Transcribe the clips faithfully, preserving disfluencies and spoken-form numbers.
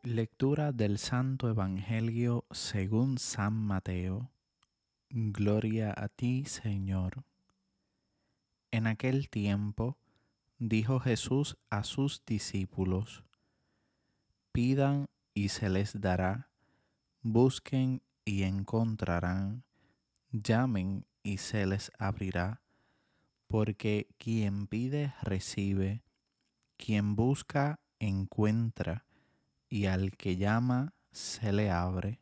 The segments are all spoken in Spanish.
Lectura del Santo Evangelio según San Mateo. Gloria a ti, Señor. En aquel tiempo dijo Jesús a sus discípulos: Pidan y se les dará, busquen y encontrarán, llamen y se les abrirá, porque quien pide recibe, quien busca encuentra, y al que llama se le abre.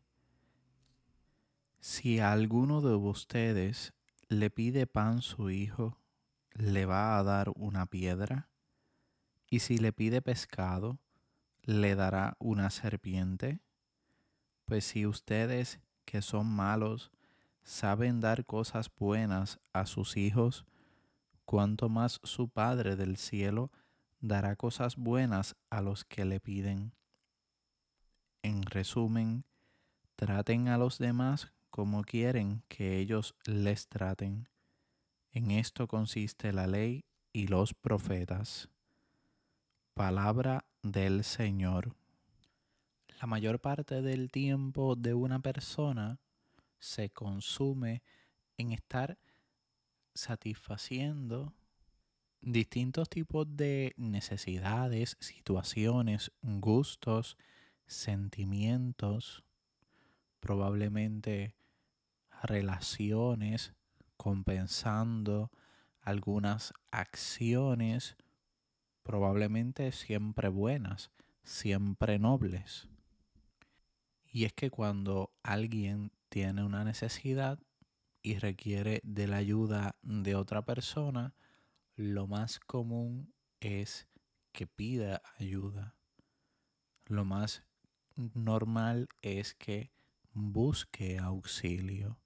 Si a alguno de ustedes le pide pan su hijo, ¿le va a dar una piedra? Y si le pide pescado, ¿le dará una serpiente? Pues si ustedes, que son malos, saben dar cosas buenas a sus hijos, ¿cuánto más su Padre del cielo dará cosas buenas a los que le piden? En resumen, traten a los demás como quieren que ellos les traten. En esto consiste la ley y los profetas. Palabra del Señor. La mayor parte del tiempo de una persona se consume en estar satisfaciendo distintos tipos de necesidades, situaciones, gustos, sentimientos, probablemente relaciones, compensando algunas acciones, probablemente siempre buenas, siempre nobles. Y es que cuando alguien tiene una necesidad y requiere de la ayuda de otra persona, lo más común es que pida ayuda. Lo más normal es que busque auxilio.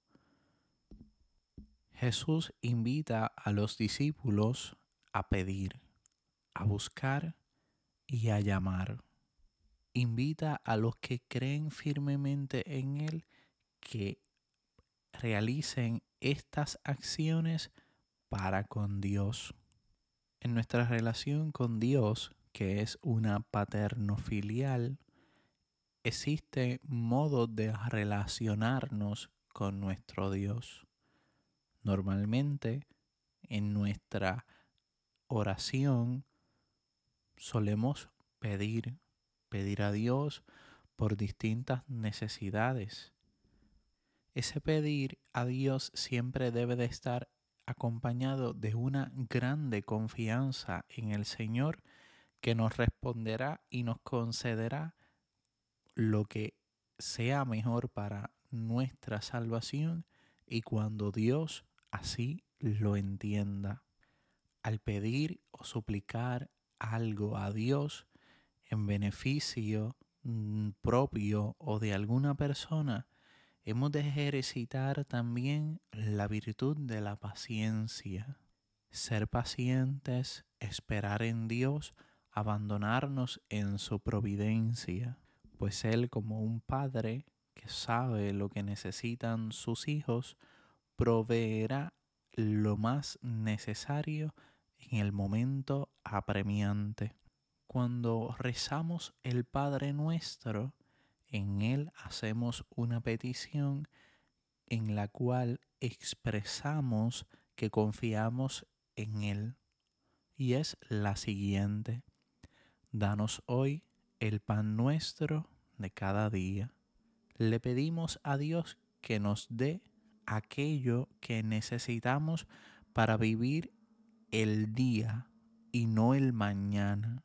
Jesús invita a los discípulos a pedir, a buscar y a llamar. Invita a los que creen firmemente en Él que realicen estas acciones para con Dios. En nuestra relación con Dios, que es una paterno-filial, existe modo de relacionarnos con nuestro Dios. Normalmente, en nuestra oración solemos pedir, pedir a Dios por distintas necesidades. Ese pedir a Dios siempre debe de estar acompañado de una grande confianza en el Señor, que nos responderá y nos concederá lo que sea mejor para nuestra salvación y cuando Dios así lo entienda. Al pedir o suplicar algo a Dios en beneficio mm, propio o de alguna persona, hemos de ejercitar también la virtud de la paciencia. Ser pacientes, esperar en Dios, abandonarnos en su providencia, pues Él, como un padre que sabe lo que necesitan sus hijos, proveerá lo más necesario en el momento apremiante. Cuando rezamos el Padre Nuestro, en él hacemos una petición en la cual expresamos que confiamos en Él. Y es la siguiente: danos hoy el pan nuestro de cada día. Le pedimos a Dios que nos dé aquello que necesitamos para vivir el día y no el mañana.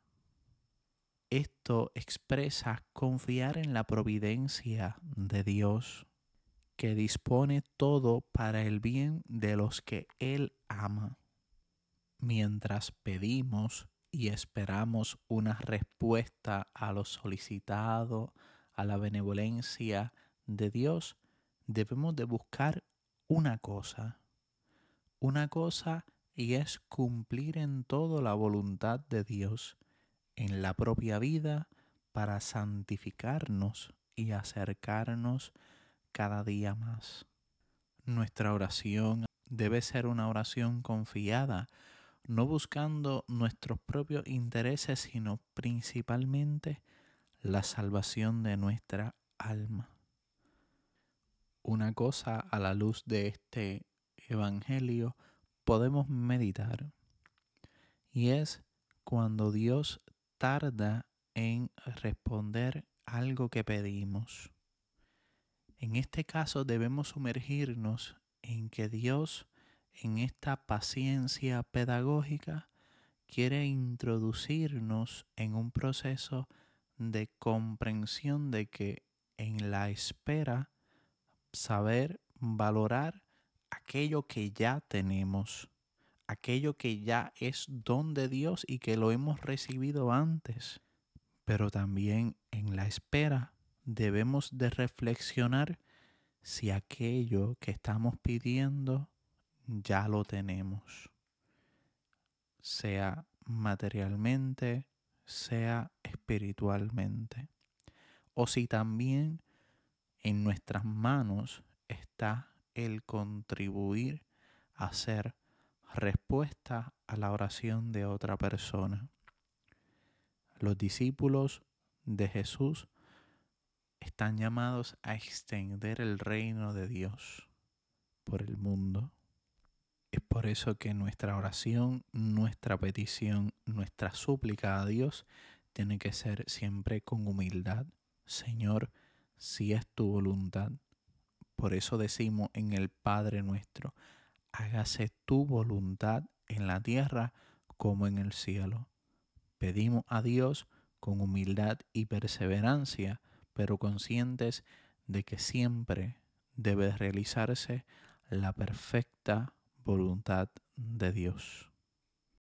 Esto expresa confiar en la providencia de Dios, que dispone todo para el bien de los que Él ama. Mientras pedimos y esperamos una respuesta a lo solicitado, a la benevolencia de Dios, debemos de buscar una cosa, una cosa y es cumplir en todo la voluntad de Dios en la propia vida para santificarnos y acercarnos cada día más. Nuestra oración debe ser una oración confiada, no buscando nuestros propios intereses, sino principalmente la salvación de nuestra alma. Una cosa a la luz de este evangelio podemos meditar, y es cuando Dios tarda en responder algo que pedimos. En este caso debemos sumergirnos en que Dios, en esta paciencia pedagógica, quiere introducirnos en un proceso de comprensión de que en la espera saber valorar aquello que ya tenemos, aquello que ya es don de Dios y que lo hemos recibido antes. Pero también en la espera debemos de reflexionar si aquello que estamos pidiendo ya lo tenemos, sea materialmente, sea espiritualmente, o si también en nuestras manos está el contribuir a ser respuesta a la oración de otra persona. Los discípulos de Jesús están llamados a extender el reino de Dios por el mundo. Es por eso que nuestra oración, nuestra petición, nuestra súplica a Dios tiene que ser siempre con humildad. Señor, si es tu voluntad. Por eso decimos en el Padre nuestro, hágase tu voluntad en la tierra como en el cielo. Pedimos a Dios con humildad y perseverancia, pero conscientes de que siempre debe realizarse la perfecta voluntad de Dios.